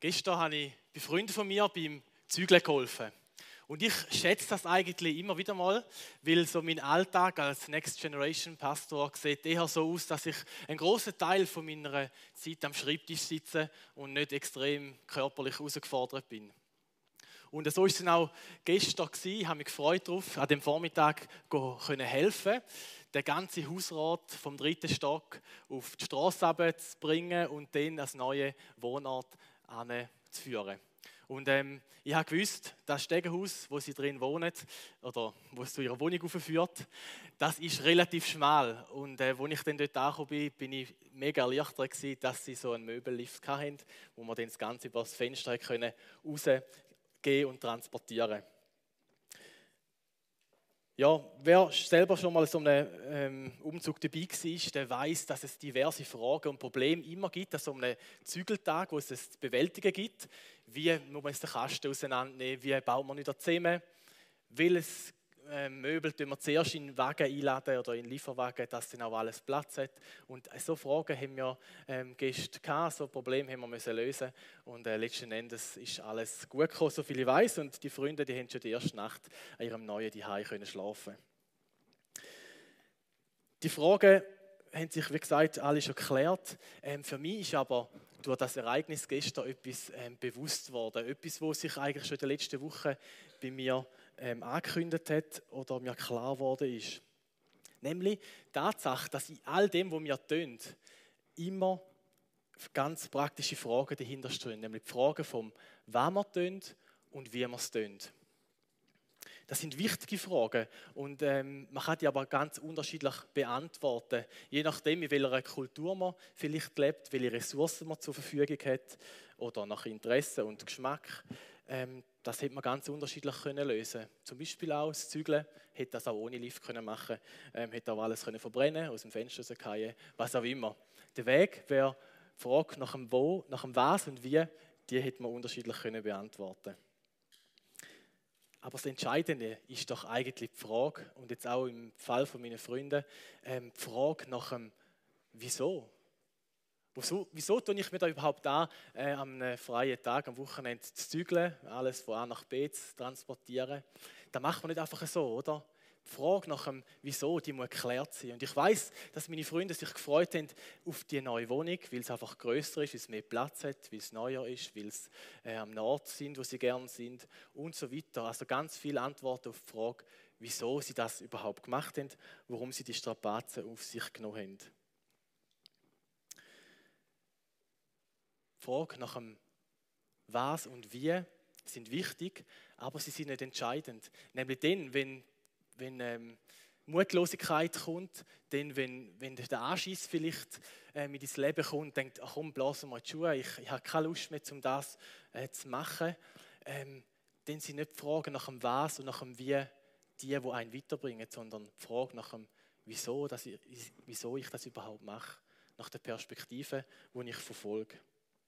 Gestern habe ich bei Freunden von mir beim Zügeln geholfen. Und ich schätze das eigentlich immer wieder mal, weil so mein Alltag als Next Generation Pastor sieht eher so aus, dass ich einen grossen Teil von meiner Zeit am Schreibtisch sitze und nicht extrem körperlich herausgefordert bin. Und so war es dann auch gestern gewesen. Ich habe mich gefreut darauf, an dem Vormittag helfen, den ganzen Hausrat vom 3. Stock auf die Strasse zu bringen und dann als neuen Wohnort anzuführen. Und ich habe gewusst, das Stegenhaus, wo sie drin wohnen, oder wo es zu ihrer Wohnung aufführt, das ist relativ schmal. Und als ich dann dort angekommen bin, bin ich mega erleichtert gewesen, dass sie so einen Möbellift hatten, wo man dann das Ganze über das Fenster rausgehen und transportieren. Ja, wer selber schon mal so einem Umzug dabei war, der weiß, dass es diverse Fragen und Probleme immer gibt an so einem Zügeltag, wo es zu bewältigen gibt. Wie muss man den Kasten auseinandernehmen? Wie baut man wieder zusammen? Welches Möbel tun wir zuerst in den Wagen einladen oder in den Lieferwagen, dass dann auch alles Platz hat? Und so Fragen haben wir gestern gehabt, so Probleme haben wir müssen lösen. Und letzten Endes ist alles gut gekommen, so viel ich weiß. Und die Freunde, die haben schon die erste Nacht an ihrem neuen Zuhause können schlafen. Die Fragen haben sich, wie gesagt, alle schon geklärt. Für mich ist aber durch das Ereignis gestern etwas bewusst worden. Etwas, was sich eigentlich schon in der letzten Woche bei mir angekündigt hat oder mir klar geworden ist. Nämlich die Tatsache, dass in all dem, was wir tun, immer ganz praktische Fragen dahinter stehen. Nämlich die Fragen vom, was wir tun und wie wir es tun. Das sind wichtige Fragen und man kann die aber ganz unterschiedlich beantworten, je nachdem, in welcher Kultur man vielleicht lebt, welche Ressourcen man zur Verfügung hat oder nach Interesse und Geschmack. Das hätte man ganz unterschiedlich lösen können. Zum Beispiel auch das Zügeln, hätte das auch ohne Lift machen können, hätte auch alles verbrennen, aus dem Fenster rausfallen, was auch immer. Der Weg wäre die Frage nach dem Wo, nach dem Was und Wie, die hätte man unterschiedlich beantworten können. Aber das Entscheidende ist doch eigentlich die Frage, und jetzt auch im Fall von meinen Freunden, die Frage nach dem Wieso. Wieso tue ich mir da überhaupt an, am freien Tag, am Wochenende zu zügeln, alles von A nach B zu transportieren? Das macht man nicht einfach so, oder? Die Frage nach dem Wieso, die muss geklärt sein. Und ich weiß, dass meine Freunde sich gefreut haben auf die neue Wohnung, weil es einfach grösser ist, weil es mehr Platz hat, weil es neuer ist, weil es am Ort sind, wo sie gerne sind und so weiter. Also ganz viele Antworten auf die Frage, wieso sie das überhaupt gemacht haben, warum sie die Strapazen auf sich genommen haben. Die Frage nach dem Was und Wie sind wichtig, aber sie sind nicht entscheidend. Nämlich dann, wenn Mutlosigkeit kommt, dann, wenn der Anschiss vielleicht mit ins Leben kommt, denkt, ach komm, blasen wir die Schuhe, ich habe keine Lust mehr, um das zu machen, dann sind nicht die Fragen nach dem Was und nach dem Wie die einen weiterbringen, sondern die Frage nach dem Wieso ich das überhaupt mache, nach der Perspektive, die ich verfolge.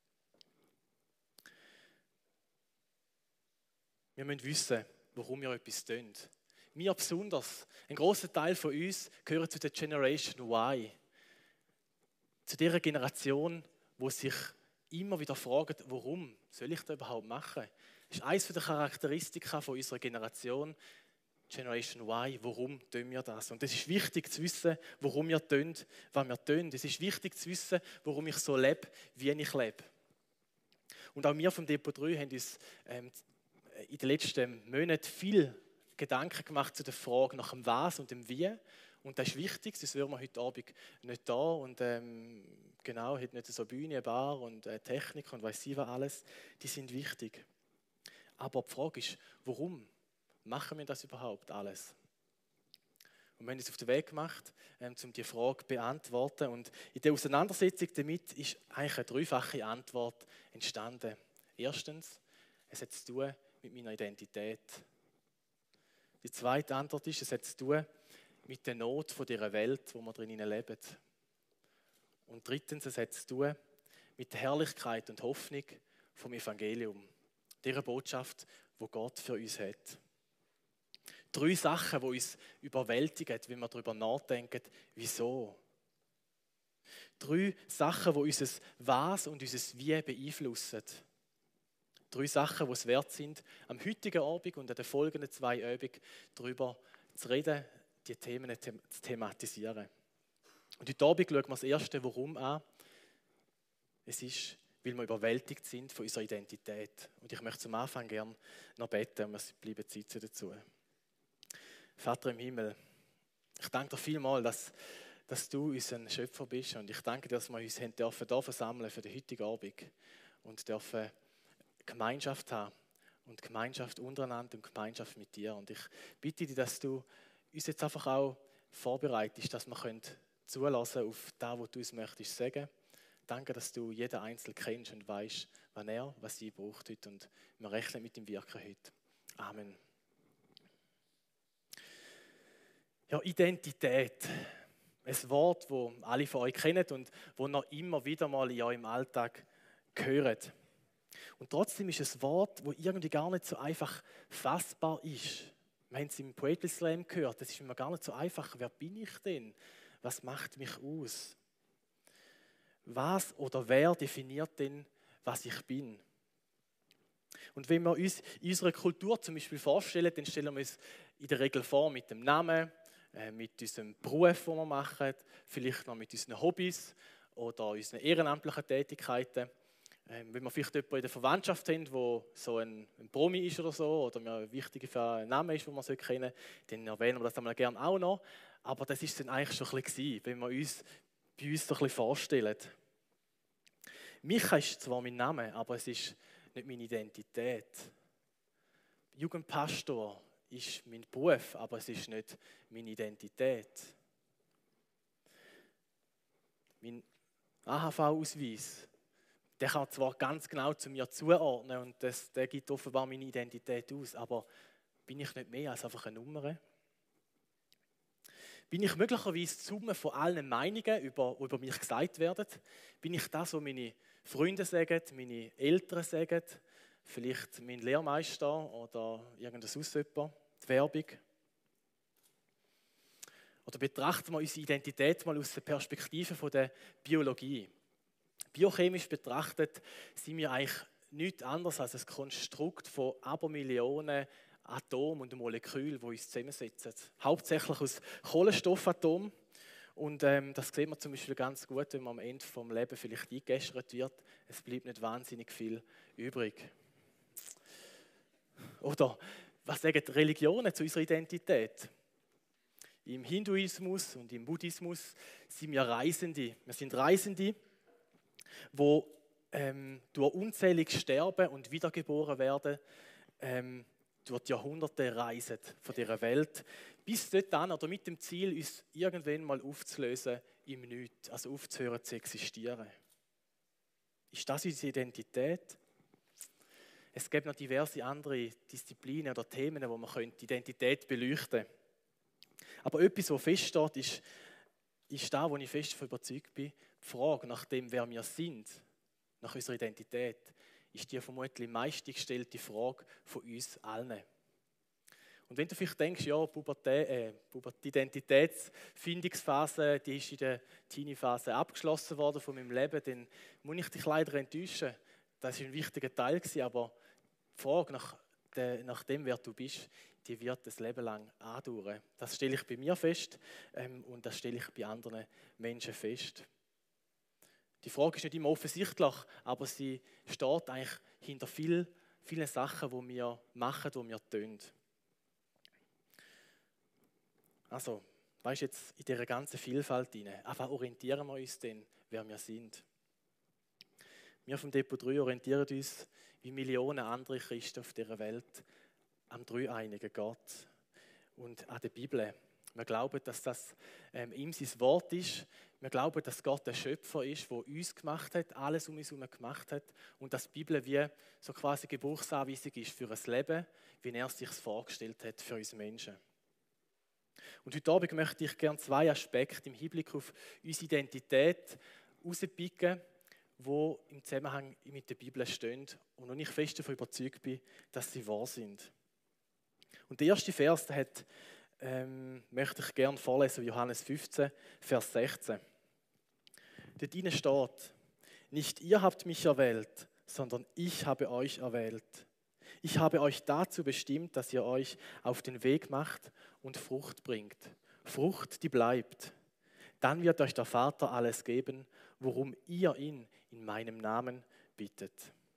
Wir müssen wissen, warum wir etwas tun. Wir besonders, ein grosser Teil von uns gehören zu der Generation Y. Zu dieser Generation, die sich immer wieder fragt, warum soll ich das überhaupt machen? Das ist eines der Charakteristika von unserer Generation, Generation Y, warum tun wir das? Und es ist wichtig zu wissen, warum wir tun, was wir tun. Es ist wichtig zu wissen, warum ich so lebe, wie ich lebe. Und auch wir vom Depot 3 haben uns in den letzten Monaten viel Gedanken gemacht zu der Frage nach dem Was und dem Wie. Und das ist wichtig, sonst wären wir heute Abend nicht da und hätten nicht so Bühne, Bar und Technik und weiss ich was alles. Die sind wichtig. Aber die Frage ist, warum machen wir das überhaupt alles? Und wir haben uns auf den Weg gemacht, um diese Frage zu beantworten. Und in der Auseinandersetzung damit ist eigentlich eine dreifache Antwort entstanden. Erstens, es hat zu tun mit meiner Identität. Die zweite Antwort ist, es hat zu tun mit der Not dieser Welt, wo wir drin leben. Und drittens, es hat zu tun mit der Herrlichkeit und Hoffnung vom Evangelium. Dieser Botschaft, die Gott für uns hat. 3 Sachen, die uns überwältigen, wenn wir darüber nachdenken, wieso. 3 Sachen, die unser Was und unser Wie beeinflussen. 3 Sachen, die es wert sind, am heutigen Abend und an den folgenden 2 Abenden darüber zu reden, die Themen zu thematisieren. Und heute Abend schauen wir das erste Warum an. Es ist, weil wir überwältigt sind von unserer Identität. Und ich möchte zum Anfang gerne noch beten und wir bleiben sitzen dazu. Vater im Himmel, ich danke dir vielmals, dass du unser Schöpfer bist. Und ich danke dir, dass wir uns hier versammeln für den heutigen Abend und dürfen Gemeinschaft haben und Gemeinschaft untereinander und Gemeinschaft mit dir. Und ich bitte dich, dass du uns jetzt einfach auch vorbereitest, dass wir zulassen auf das, was du uns möchtest sagen. Danke, dass du jeden Einzelnen kennst und weißt, was sie braucht heute. Und wir rechnen mit dem Wirken heute. Amen. Ja, Identität. Ein Wort, das alle von euch kennen und das noch immer wieder mal in eurem Alltag gehört. Und trotzdem ist es ein Wort, das irgendwie gar nicht so einfach fassbar ist. Wir haben es im Poetry Slam gehört, das ist mir gar nicht so einfach. Wer bin ich denn? Was macht mich aus? Was oder wer definiert denn, was ich bin? Und wenn wir uns in unserer Kultur zum Beispiel vorstellen, dann stellen wir uns in der Regel vor mit dem Namen, mit unserem Beruf, den wir machen, vielleicht noch mit unseren Hobbys oder unseren ehrenamtlichen Tätigkeiten. Wenn wir vielleicht jemanden in der Verwandtschaft haben, der so ein Promi ist oder so, oder mir ein wichtiger Name ist, den man kennen sollte, dann erwähnen wir das einmal gerne auch noch. Aber das ist dann eigentlich schon ein bisschen, wenn wir uns bei uns so ein bisschen vorstellen. Micha ist zwar mein Name, aber es ist nicht meine Identität. Jugendpastor ist mein Beruf, aber es ist nicht meine Identität. Mein AHV-Ausweis, der kann zwar ganz genau zu mir zuordnen und der gibt offenbar meine Identität aus, aber bin ich nicht mehr als einfach eine Nummer? Bin ich möglicherweise die Summe von allen Meinungen, die über mich gesagt werden? Bin ich das, was meine Freunde sagen, meine Eltern sagen, vielleicht mein Lehrmeister oder irgendein sonst jemand, die Werbung? Oder betrachten wir unsere Identität mal aus der Perspektive der Biologie. Biochemisch betrachtet sind wir eigentlich nichts anderes als ein Konstrukt von Abermillionen Atomen und Molekülen, die uns zusammensetzen. Hauptsächlich aus Kohlenstoffatomen. Und das sieht man zum Beispiel ganz gut, wenn man am Ende des Lebens vielleicht eingeäschert wird. Es bleibt nicht wahnsinnig viel übrig. Oder was sagen die Religionen zu unserer Identität? Im Hinduismus und im Buddhismus sind wir Reisende. Wir sind Reisende, die durch unzählig sterben und wiedergeboren werden, durch die Jahrhunderte reisen von dieser Welt, bis dort an oder mit dem Ziel, uns irgendwann mal aufzulösen im Nichts, also aufzuhören zu existieren. Ist das unsere Identität? Es gibt noch diverse andere Disziplinen oder Themen, wo man die Identität beleuchten könnte. Aber etwas, was feststeht, ist da, wo ich fest davon überzeugt bin, die Frage nach dem, wer wir sind, nach unserer Identität, ist die vermutlich meist gestellte Frage von uns allen. Und wenn du vielleicht denkst, ja, die Identitätsfindungsphase, die ist in der Teenie-Phase abgeschlossen worden von meinem Leben, dann muss ich dich leider enttäuschen. Das war ein wichtiger Teil, aber die Frage nach dem, wer du bist, die wird das Leben lang andauern. Das stelle ich bei mir fest und das stelle ich bei anderen Menschen fest. Die Frage ist nicht immer offensichtlich, aber sie steht eigentlich hinter vielen Sachen, die wir machen, die wir tun. Also, weißt du, jetzt in dieser ganzen Vielfalt hinein, auf was orientieren wir uns denn, wer wir sind? Wir vom Depot 3 orientieren uns, wie Millionen andere Christen auf dieser Welt, am dreieinigen Gott und an der Bibel. Wir glauben, dass das ihm sein Wort ist. Wir glauben, dass Gott der Schöpfer ist, der uns gemacht hat, alles um uns herum gemacht hat. Und dass die Bibel wie so quasi Gebrauchsanweisung ist für ein Leben, wie er es sich vorgestellt hat für uns Menschen. Und heute Abend möchte ich gerne 2 Aspekte im Hinblick auf unsere Identität herauspicken, die im Zusammenhang mit der Bibel stehen und wo ich fest davon überzeugt bin, dass sie wahr sind. Und der erste Vers, möchte ich gerne vorlesen, Johannes 15, Vers 16. Dort drinnen steht: Nicht ihr habt mich erwählt, sondern ich habe euch erwählt. Ich habe euch dazu bestimmt, dass ihr euch auf den Weg macht und Frucht bringt. Frucht, die bleibt. Dann wird euch der Vater alles geben, worum ihr ihn in meinem Namen bittet.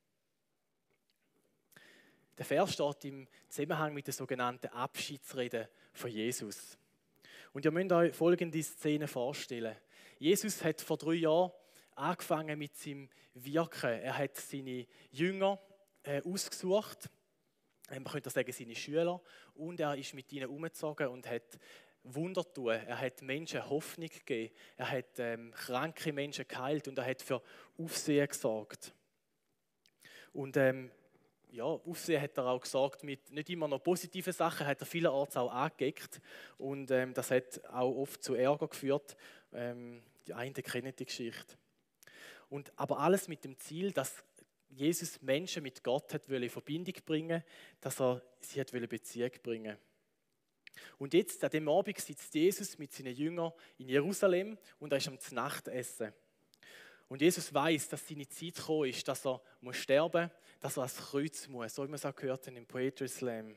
Der Vers steht im Zusammenhang mit der sogenannten Abschiedsrede von Jesus. Und ihr müsst euch folgende Szene vorstellen. Jesus hat vor 3 Jahren angefangen mit seinem Wirken. Er hat seine Jünger ausgesucht, man könnte sagen seine Schüler, und er ist mit ihnen umgezogen und hat Wunder getan. Er hat Menschen Hoffnung gegeben, er hat kranke Menschen geheilt und er hat für Aufsehen gesorgt. Und Aufsehen hat er auch gesorgt mit nicht immer noch positiven Sachen, hat er vielerorts auch angeeckt und das hat auch oft zu Ärger geführt. Die einen kennen die Geschichte. Aber alles mit dem Ziel, dass Jesus Menschen mit Gott in Verbindung bringen, dass er sie in Beziehung bringen. Und jetzt, an dem Abend, sitzt Jesus mit seinen Jüngern in Jerusalem und er ist am Nachtessen. Und Jesus weiß, dass seine Zeit gekommen ist, dass er sterben muss, dass er ans Kreuz muss, so wie wir es auch gehört haben im Poetry Slam.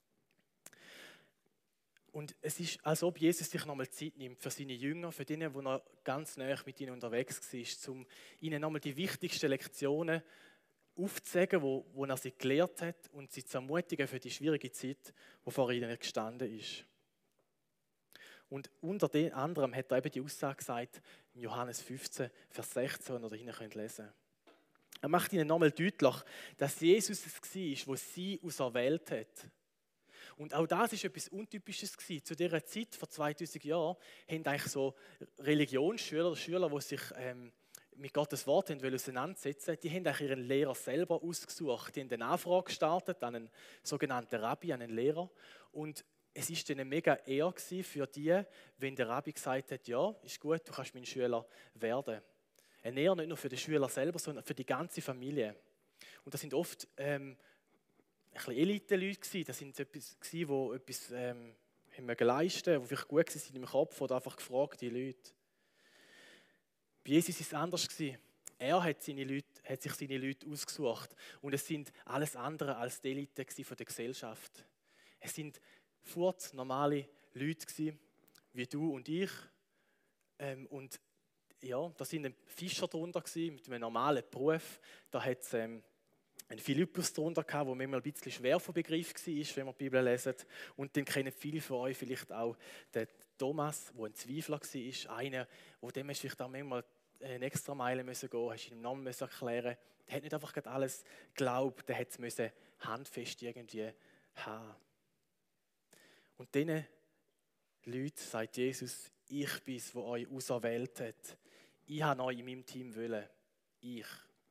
Und es ist, als ob Jesus sich nochmal Zeit nimmt für seine Jünger, für die, wo er ganz nahe mit ihnen unterwegs war, um ihnen nochmal die wichtigsten Lektionen aufzuzeigen, wo er sie gelehrt hat und sie zu ermutigen für die schwierige Zeit, die vor ihnen gestanden ist. Und unter anderem hat er eben die Aussage gesagt, in Johannes 15, Vers 16, oder hinten könnt lesen. Er macht ihnen nochmal deutlich, dass Jesus es war, der sie auserwählt hat. Und auch das ist etwas Untypisches gewesen. Zu dieser Zeit, vor 2000 Jahren, haben eigentlich so Religionsschüler, Schüler, die sich mit Gottes Wort auseinandersetzen wollten, die haben eigentlich ihren Lehrer selber ausgesucht. Die haben eine Anfrage gestartet an einen sogenannten Rabbi, an einen Lehrer. Und es war dann eine mega Ehre für die, wenn der Rabbi gesagt hat, ja, ist gut, du kannst mein Schüler werden. Eine Ehre nicht nur für den Schüler selber, sondern für die ganze Familie. Und das sind oft ein bisschen Elite-Leute gewesen. Das sind etwas, die etwas haben leisten konnten, die vielleicht gut waren im Kopf oder einfach gefragte Leute. Bei Jesus war es anders. Er hat sich seine Leute ausgesucht. Und es sind alles andere als die Elite von der Gesellschaft. Es sind normale Leute gewesen, wie du und ich. Und ja, da sind Fischer drunter gewesen, mit einem normalen Beruf. Da hat es einen Philippus drunter gehabt, der manchmal ein bisschen schwer von Begriff war, wenn man die Bibel lesen. Und dann kennen viele von euch vielleicht auch den Thomas, der ein Zweifler war. Einer, wo dem hast vielleicht auch manchmal eine extra Meile gehen müssen, hast ihm Namen erklären. Der hat nicht einfach alles geglaubt, der hat es handfest irgendwie haben. Und diesen Leuten sagt Jesus, ich bin es, der euch auserwählt hat. Ich habe euch in meinem Team wollen. Ich.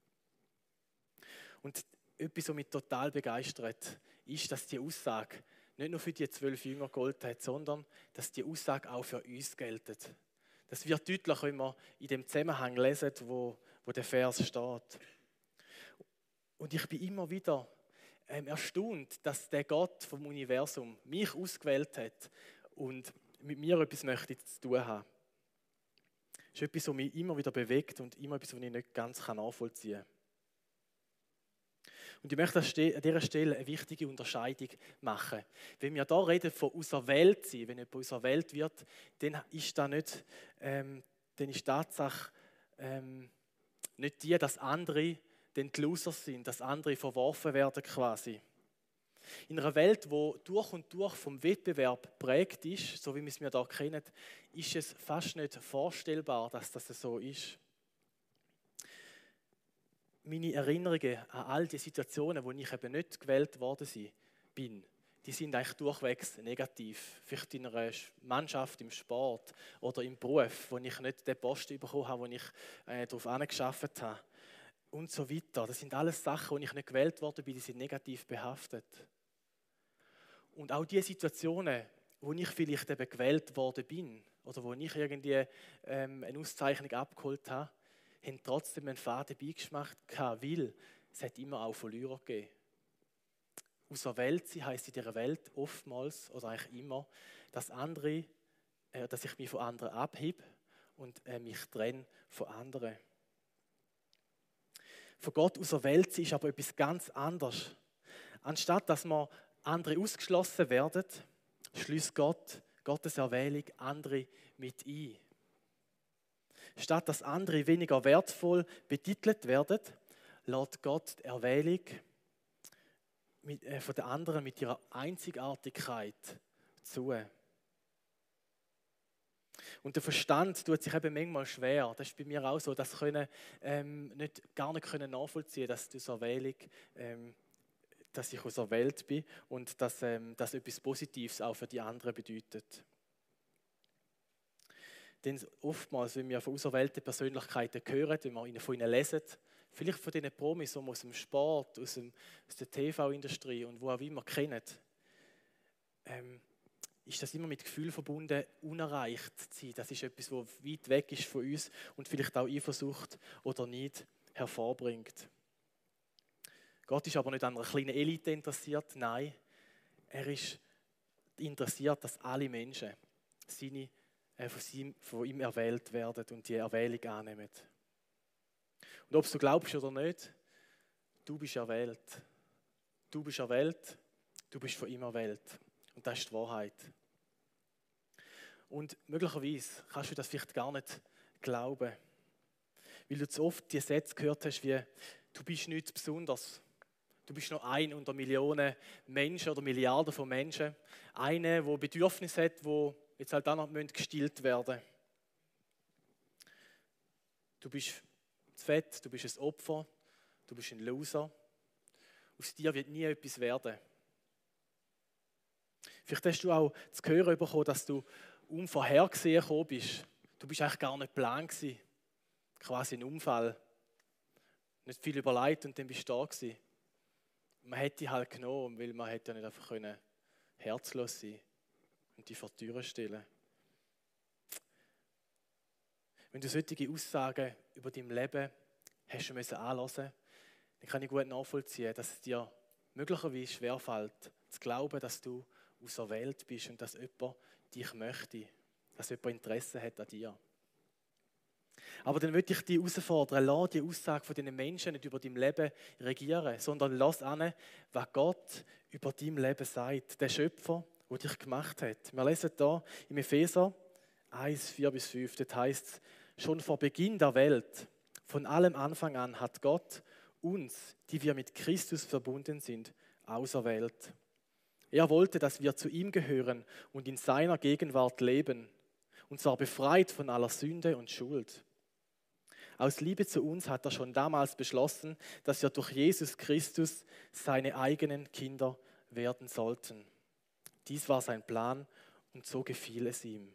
Und etwas, was mich total begeistert, ist, dass die Aussage nicht nur für die 12 Jünger gegolten hat, sondern dass die Aussage auch für uns gilt. Das wird deutlich, wenn wir in dem Zusammenhang lesen, wo der Vers steht. Und ich bin immer wieder erstaunt, dass der Gott vom Universum mich ausgewählt hat und mit mir etwas möchte zu tun haben. Das ist etwas, was mich immer wieder bewegt und immer etwas, was ich nicht ganz nachvollziehen kann. Und ich möchte an dieser Stelle eine wichtige Unterscheidung machen. Wenn wir hier reden von auserwählt sein, wenn jemand auserwählt wird, dann ist das nicht, dann ist die Tatsache nicht die, dass andere dann die Loser sind, dass andere verworfen werden quasi. In einer Welt, die durch und durch vom Wettbewerb geprägt ist, so wie wir es hier kennen, ist es fast nicht vorstellbar, dass das so ist. Meine Erinnerungen an all die Situationen, wo ich eben nicht gewählt worden bin, die sind eigentlich durchwegs negativ. Vielleicht in einer Mannschaft, im Sport oder im Beruf, wo ich nicht den Posten bekommen habe, wo ich darauf hingearbeitet habe. Und so weiter. Das sind alles Sachen, wo ich nicht gewählt worden bin, die sind negativ behaftet. Und auch die Situationen, wo ich vielleicht eben gewählt worden bin oder wo ich irgendwie eine Auszeichnung abgeholt habe, haben trotzdem einen faden Beigeschmack gehabt, weil es hat immer auch Verlierer gegeben. Auserwählt sein heisst in dieser Welt oftmals oder eigentlich immer, dass ich mich von anderen abhebe und mich trenne von anderen. von Gott auserwählt sein ist aber etwas ganz anderes. Anstatt dass wir andere ausgeschlossen werden, schließt Gottes Erwählung andere mit ein. Statt dass andere weniger wertvoll betitelt werden, lässt Gott die Erwählung von den anderen mit ihrer Einzigartigkeit zu. Und der Verstand tut sich eben manchmal schwer. Das ist bei mir auch so, das können gar nicht nachvollziehen, dass die Erwählung, dass ich auserwählt bin und dass das etwas Positives auch für die anderen bedeutet. Denn oftmals, wenn wir von auserwählten Persönlichkeiten hören, wenn wir von ihnen lesen, vielleicht von diesen Promis, die wir aus dem Sport, aus der TV-Industrie und wo auch immer kennen, ist das immer mit Gefühl verbunden, unerreicht zu sein. Das ist etwas, was weit weg ist von uns und vielleicht auch Eifersucht oder Neid hervorbringt. Gott ist aber nicht an einer kleinen Elite interessiert, nein, er ist interessiert, dass alle Menschen von ihm erwählt werden und die Erwählung annehmen. Und ob du glaubst oder nicht, du bist erwählt. Du bist erwählt, du bist von ihm erwählt. Und das ist die Wahrheit. Und möglicherweise kannst du das vielleicht gar nicht glauben, weil du zu oft die Sätze gehört hast wie, du bist nichts Besonderes. Du bist nur ein unter Millionen Menschen oder Milliarden von Menschen. Einer, der Bedürfnisse hat, die jetzt halt auch noch gestillt werden müssen. Du bist zu fett, du bist ein Opfer, du bist ein Loser. Aus dir wird nie etwas werden. Vielleicht hast du auch zu hören bekommen, dass du unvorhergesehen gekommen bist. Du bist eigentlich gar nicht geplant gewesen. Quasi ein Unfall. Nicht viel überlegt und dann bist du da gewesen. Man hätte dich halt genommen, weil man hätte ja nicht einfach herzlos sein und dich vor die Türe stellen. Wenn du solche Aussagen über dein Leben hast du anhören, dann kann ich gut nachvollziehen, dass es dir möglicherweise schwerfällt, zu glauben, dass du auserwählt bist und dass jemand dich möchte, dass jemand Interesse hat an dir. Aber dann möchte ich dich herausfordern, lass die Aussage von diesen Menschen nicht über dein Leben regieren, sondern lass an, was Gott über dein Leben sagt, der Schöpfer, der dich gemacht hat. Wir lesen hier im Epheser 1, 4-5, dort heisst es, schon vor Beginn der Welt, von allem Anfang an, hat Gott uns, die wir mit Christus verbunden sind, auserwählt. Er wollte, dass wir zu ihm gehören und in seiner Gegenwart leben, und zwar befreit von aller Sünde und Schuld. Aus Liebe zu uns hat er schon damals beschlossen, dass wir durch Jesus Christus seine eigenen Kinder werden sollten. Dies war sein Plan und so gefiel es ihm.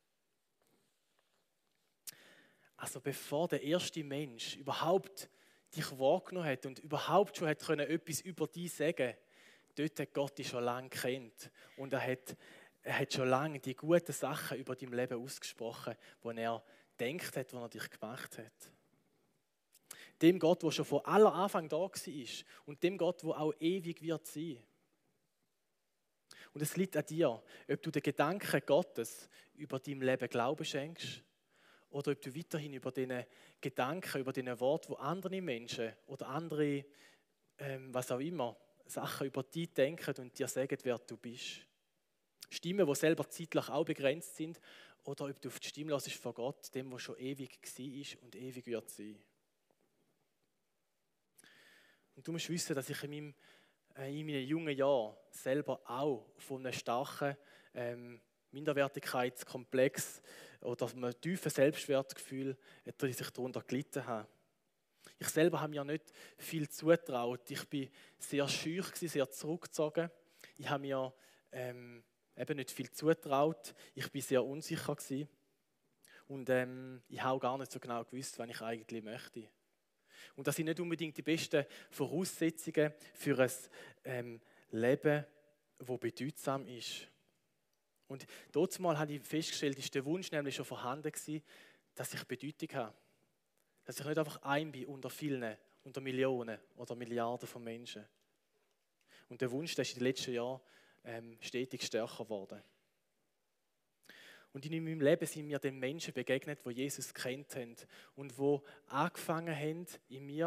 Also bevor der erste Mensch überhaupt dich wahrgenommen hat und überhaupt schon hat können, etwas über dich sagen, dort hat Gott dich schon lange kennt und er hat schon lange die guten Sachen über dein Leben ausgesprochen, die er gedacht hat, als er dich gemacht hat. Dem Gott, der schon von aller Anfang da war und dem Gott, der auch ewig wird sein. Und es liegt an dir, ob du den Gedanken Gottes über dein Leben Glauben schenkst oder ob du weiterhin über diese Gedanken, über diese Worte, wo andere Menschen oder andere, was auch immer, Sachen über dich denken und dir sagen, wer du bist. Stimmen, die selber zeitlich auch begrenzt sind, oder ob du auf die Stimme hörst von Gott, dem, der schon ewig war und ewig wird sein. Und du musst wissen, dass ich in meinen jungen Jahren selber auch von einem starken Minderwertigkeitskomplex oder einem tiefen Selbstwertgefühl, dass ich darunter gelitten habe. Ich selber habe mir nicht viel zugetraut. Ich war sehr schüch, sehr zurückgezogen. Ich habe mir eben nicht viel zugetraut. Ich war sehr unsicher. Und ich habe auch gar nicht so genau gewusst, was ich eigentlich möchte. Und das sind nicht unbedingt die besten Voraussetzungen für ein Leben, das bedeutsam ist. Und dort mal habe ich festgestellt, ist der Wunsch nämlich schon vorhanden gewesen, dass ich Bedeutung habe. Dass ich nicht einfach ein bin unter vielen, unter Millionen oder Milliarden von Menschen. Und der Wunsch, der ist in den letzten Jahren stetig stärker geworden. Und in meinem Leben sind mir den Menschen begegnet, die Jesus kennt haben und die angefangen haben, in mir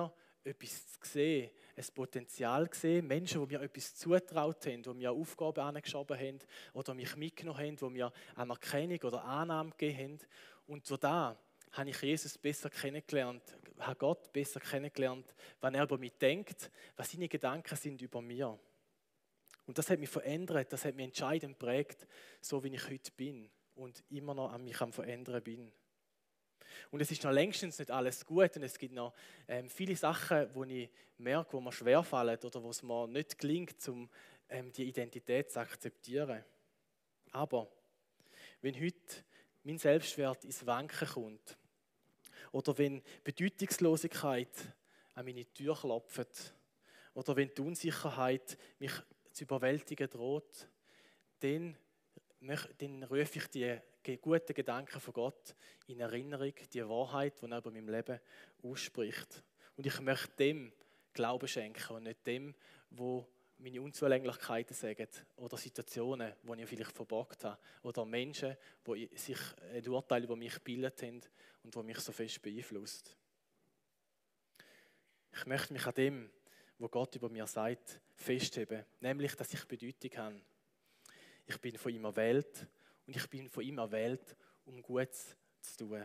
etwas zu sehen, ein Potenzial gesehen, Menschen, die mir etwas zugetraut haben, die mir Aufgaben angeschoben haben oder mich mitgenommen haben, die mir Anerkennung oder Annahme gegeben haben. Und so da habe ich Jesus besser kennengelernt, habe Gott besser kennengelernt, was er über mich denkt, was seine Gedanken sind über mich. Und das hat mich verändert, das hat mich entscheidend geprägt, so wie ich heute bin und immer noch an mich am Verändern bin. Und es ist noch längstens nicht alles gut und es gibt noch viele Sachen, wo ich merke, wo mir schwerfallen oder wo es mir nicht gelingt, um die Identität zu akzeptieren. Aber wenn heute mein Selbstwert ins Wanken kommt oder wenn Bedeutungslosigkeit an meine Tür klopft oder wenn die Unsicherheit mich zu überwältigen droht, dann rufe ich die guten Gedanken von Gott in Erinnerung, die Wahrheit, die er über meinem Leben ausspricht. Und ich möchte dem Glauben schenken und nicht dem, wo meine Unzulänglichkeiten sagen oder Situationen, die ich vielleicht verbockt habe oder Menschen, die sich ein Urteil über mich gebildet haben und die mich so fest beeinflusst. Ich möchte mich an dem, was Gott über mir sagt, festheben, nämlich, dass ich Bedeutung habe. Ich bin von ihm erwählt und ich bin von ihm erwählt, um Gutes zu tun.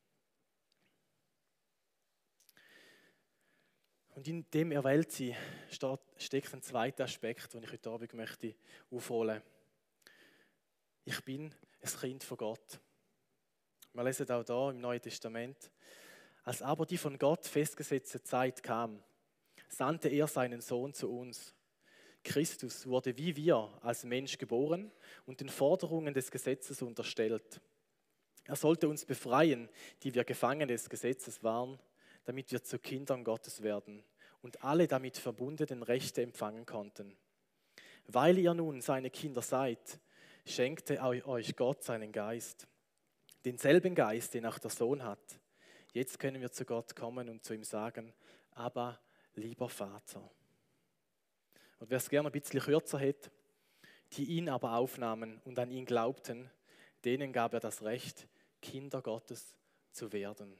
Und in dem Erwähltsein steckt ein zweiter Aspekt, den ich heute Abend möchte aufholen. Ich bin ein Kind von Gott. Wir lesen auch hier im Neuen Testament. Als aber die von Gott festgesetzte Zeit kam, sandte er seinen Sohn zu uns. Christus wurde wie wir als Mensch geboren und den Forderungen des Gesetzes unterstellt. Er sollte uns befreien, die wir Gefangene des Gesetzes waren, damit wir zu Kindern Gottes werden und alle damit verbundenen Rechte empfangen konnten. Weil ihr nun seine Kinder seid, schenkte euch Gott seinen Geist, denselben Geist, den auch der Sohn hat. Jetzt können wir zu Gott kommen und zu ihm sagen, aber lieber Vater. Und wer es gerne ein bisschen kürzer hätte, die ihn aber aufnahmen und an ihn glaubten, denen gab er das Recht, Kinder Gottes zu werden.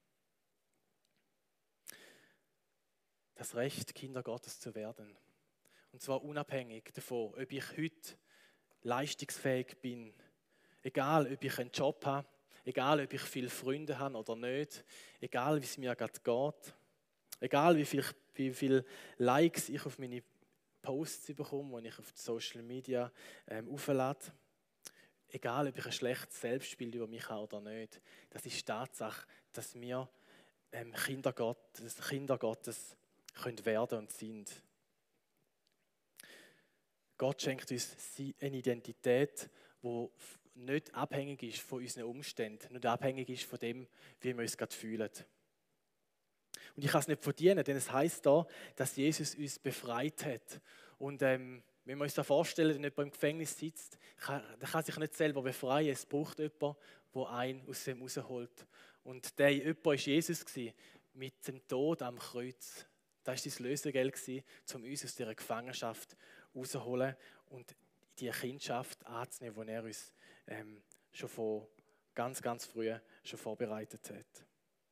Das Recht, Kinder Gottes zu werden. Und zwar unabhängig davon, ob ich heute leistungsfähig bin, egal ob ich einen Job habe, egal ob ich viele Freunde habe oder nicht, egal wie es mir gerade geht, egal wie viele Likes ich auf meine Posts bekomme, die ich auf die Social Media auflade, egal ob ich ein schlechtes Selbstbild über mich habe oder nicht, das ist die Tatsache, dass wir Kinder Gottes können werden und sind. Gott schenkt uns eine Identität, die nicht abhängig ist von unseren Umständen, nicht abhängig ist von dem, wie wir uns gerade fühlen. Und ich kann es nicht verdienen, denn es heisst da, dass Jesus uns befreit hat. Und wenn wir uns das vorstellen, wenn jemand im Gefängnis sitzt, der kann sich nicht selber befreien. Es braucht jemanden, der einen aus dem rausholt. Und der jemand war Jesus mit dem Tod am Kreuz. Das war sein Lösegeld, um uns aus dieser Gefangenschaft rauszuholen und die Kindschaft anzunehmen, die er uns schon von ganz, ganz früh schon vorbereitet hat.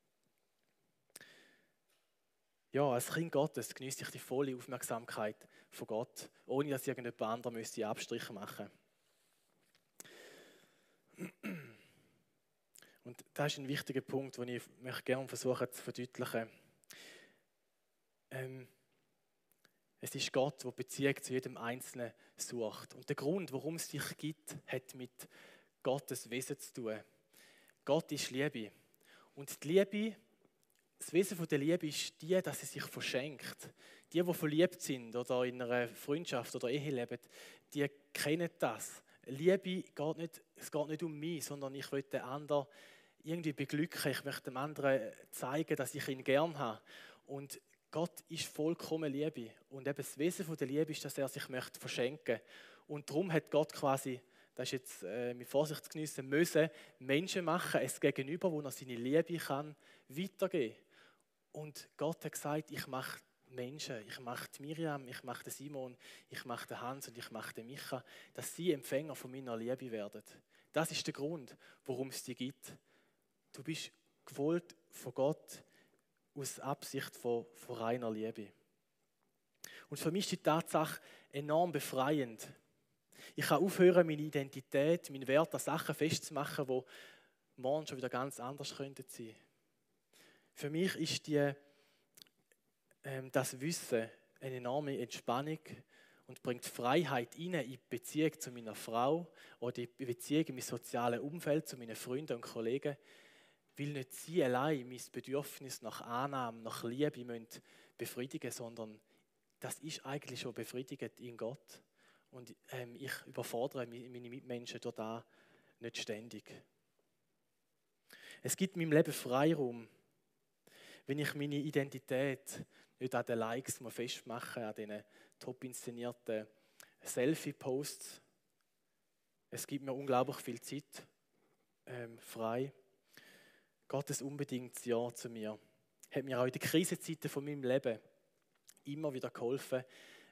Ja, als Kind Gottes genieße ich die volle Aufmerksamkeit von Gott, ohne dass irgendjemand anderes Abstriche machen müsste. Und das ist ein wichtiger Punkt, den ich gerne versuchen zu verdeutlichen. Es ist Gott, der Beziehung zu jedem Einzelnen sucht. Und der Grund, warum es dich gibt, hat mit Gottes Wesen zu tun. Gott ist Liebe. Und die Liebe, das Wesen der Liebe ist die, dass sie sich verschenkt. Die verliebt sind oder in einer Freundschaft oder Ehe leben, die kennen das. Liebe geht nicht, es geht nicht um mich, sondern ich will den anderen irgendwie beglücken. Ich möchte dem anderen zeigen, dass ich ihn gern habe. Und Gott ist vollkommen Liebe. Und eben das Wesen der Liebe ist, dass er sich möchte verschenken. Und darum hat Gott quasi, das ist jetzt mit Vorsicht zu geniessen, müssen Menschen machen, es Gegenüber, wo er seine Liebe kann weitergeben. Und Gott hat gesagt, ich mache Menschen, ich mache Miriam, ich mache den Simon, ich mache den Hans und ich mache den Micha, dass sie Empfänger von meiner Liebe werden. Das ist der Grund, warum es dich gibt. Du bist gewollt von Gott aus Absicht von reiner Liebe. Und für mich ist die Tatsache enorm befreiend. Ich kann aufhören, meine Identität, meinen Wert an Sachen festzumachen, die morgen schon wieder ganz anders könnten sein. Für mich ist das Wissen eine enorme Entspannung und bringt Freiheit in die Beziehung zu meiner Frau oder die Beziehung in mein soziales Umfeld, zu meinen Freunden und Kollegen, weil nicht sie allein mein Bedürfnis nach Annahme, nach Liebe befriedigen müssen, sondern das ist eigentlich schon befriedigt in Gott. Und ich überfordere meine Mitmenschen durch das nicht ständig. Es gibt in meinem Leben Freiraum, wenn ich meine Identität nicht an den Likes festmache, an diesen top inszenierten Selfie-Posts. Es gibt mir unglaublich viel Zeit frei. Gottes unbedingtes Ja zu mir hat mir auch in den Krisenzeiten von meinem Leben immer wieder geholfen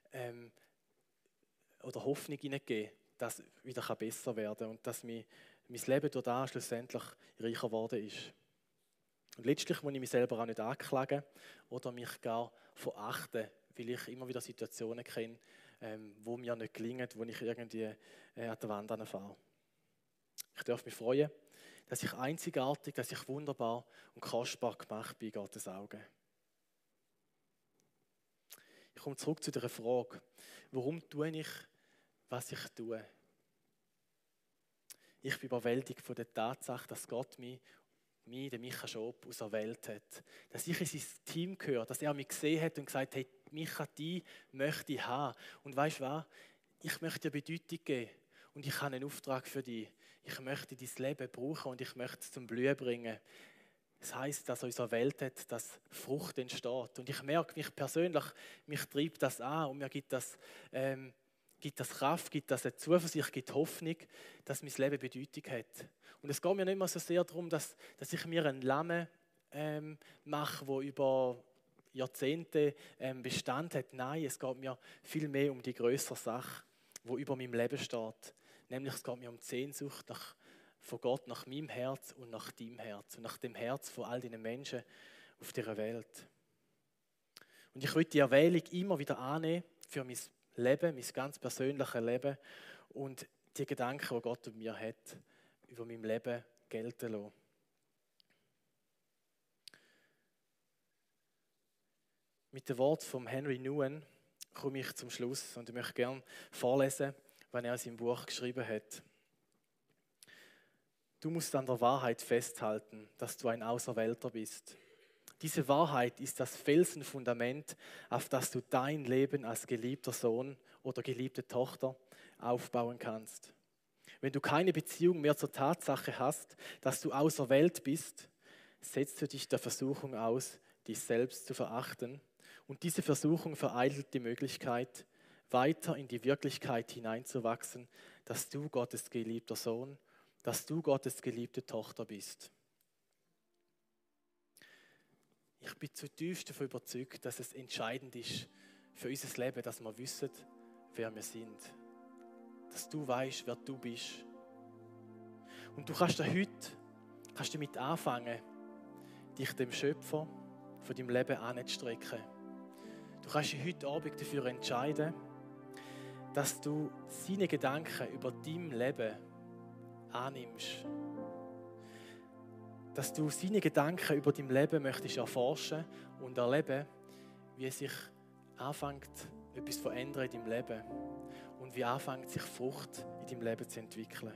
oder Hoffnung hineingegeben, dass es wieder besser werden kann und dass mein Leben durch das schlussendlich reicher geworden ist. Und letztlich muss ich mich selber auch nicht anklagen oder mich gar verachten, weil ich immer wieder Situationen kenne, wo mir nicht gelingen, wo ich irgendwie an der Wand anfahre. Ich darf mich freuen, dass ich einzigartig, dass ich wunderbar und kostbar gemacht bin in Gottes Augen. Ich komme zurück zu der Frage, warum tue ich, was ich tue? Ich bin überwältigt von der Tatsache, dass Gott mich, den Micha Schob, auserwählt hat. Dass ich in sein Team gehöre, dass er mich gesehen hat und gesagt hat, Micha, die möchte ich haben. Und weißt du was? Ich möchte dir Bedeutung geben und ich habe einen Auftrag für dich. Ich möchte dein Leben brauchen und ich möchte es zum Blühen bringen. Das heisst, dass er uns erwählt hat, dass Frucht entsteht. Und ich merke mich persönlich, mich treibt das an und mir gibt das Kraft, gibt das eine Zuversicht, gibt Hoffnung, dass mein Leben Bedeutung hat. Und es geht mir nicht mehr so sehr darum, dass ich mir einen Lamm mache, der über Jahrzehnte Bestand hat. Nein, es geht mir viel mehr um die grössere Sache, die über meinem Leben steht. Nämlich es geht mir um die Sehnsucht von Gott nach meinem Herz und nach deinem Herz und nach dem Herz von all den Menschen auf dieser Welt. Und ich will die Erwählung immer wieder annehmen für mein Leben, mein ganz persönliches Leben und die Gedanken, die Gott über mir hat, über mein Leben gelten lassen. Mit dem Wort von Henry Nouwen komme ich zum Schluss und ich möchte gerne vorlesen, was er in seinem Buch geschrieben hat. Du musst an der Wahrheit festhalten, dass du ein Auserwählter bist. Diese Wahrheit ist das Felsenfundament, auf das du dein Leben als geliebter Sohn oder geliebte Tochter aufbauen kannst. Wenn du keine Beziehung mehr zur Tatsache hast, dass du auserwählt bist, setzt du dich der Versuchung aus, dich selbst zu verachten. Und diese Versuchung vereitelt die Möglichkeit, weiter in die Wirklichkeit hineinzuwachsen, dass du Gottes geliebter Sohn, dass du Gottes geliebte Tochter bist. Ich bin zutiefst davon überzeugt, dass es entscheidend ist für unser Leben, dass wir wissen, wer wir sind. Dass du weißt, wer du bist. Und du kannst damit anfangen, dich dem Schöpfer von deinem Leben anzustrecken. Du kannst dich heute Abend dafür entscheiden, dass du seine Gedanken über dein Leben annimmst. Dass du seine Gedanken über dein Leben möchtest erforschen und erleben, wie es sich anfängt, etwas zu verändern in deinem Leben und wie anfängt, sich Frucht in deinem Leben zu entwickeln.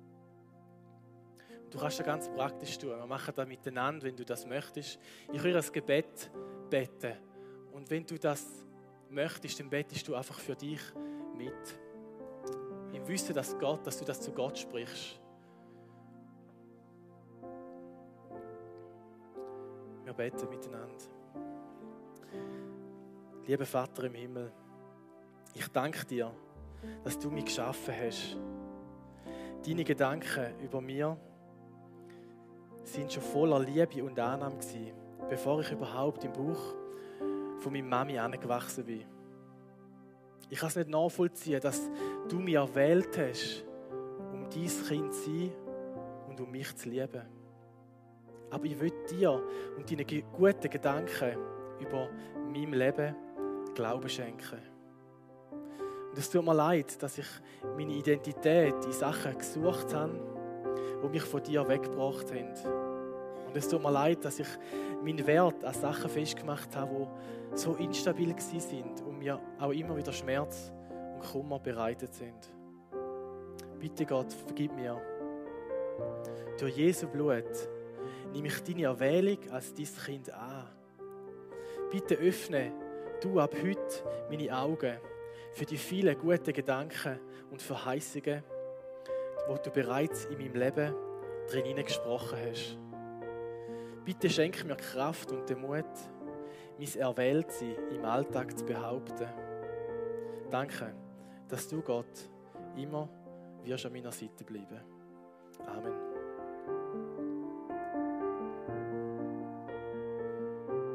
Du kannst das ganz praktisch tun. Wir machen das miteinander, wenn du das möchtest. Ich will ein Gebet beten. Und wenn du das möchtest, dann betest du einfach für dich mit. Im Wissen, dass du das zu Gott sprichst. Wir beten miteinander. Lieber Vater im Himmel, ich danke dir, dass du mich geschaffen hast. Deine Gedanken über mir sind schon voller Liebe und Annahme gewesen, bevor ich überhaupt im Bauch von meiner Mami angewachsen bin. Ich kann es nicht nachvollziehen, dass du mich erwählt hast, um dein Kind zu sein und um mich zu lieben. Aber ich will dir und deinen guten Gedanken über mein Leben Glauben schenken. Und es tut mir leid, dass ich meine Identität in Sachen gesucht habe, die mich von dir weggebracht haben. Und es tut mir leid, dass ich meinen Wert an Sachen festgemacht habe, die so instabil waren und mir auch immer wieder Schmerz und Kummer bereitet sind. Bitte Gott, vergib mir. Durch Jesu Blut nehme ich deine Erwählung als dein Kind an. Bitte öffne du ab heute meine Augen für die vielen guten Gedanken und Verheißungen, die du bereits in meinem Leben drin gesprochen hast. Bitte schenk mir Kraft und den Mut, mein Erwähltsein im Alltag zu behaupten. Danke, dass du, Gott, immer wirst an meiner Seite bleiben. Amen.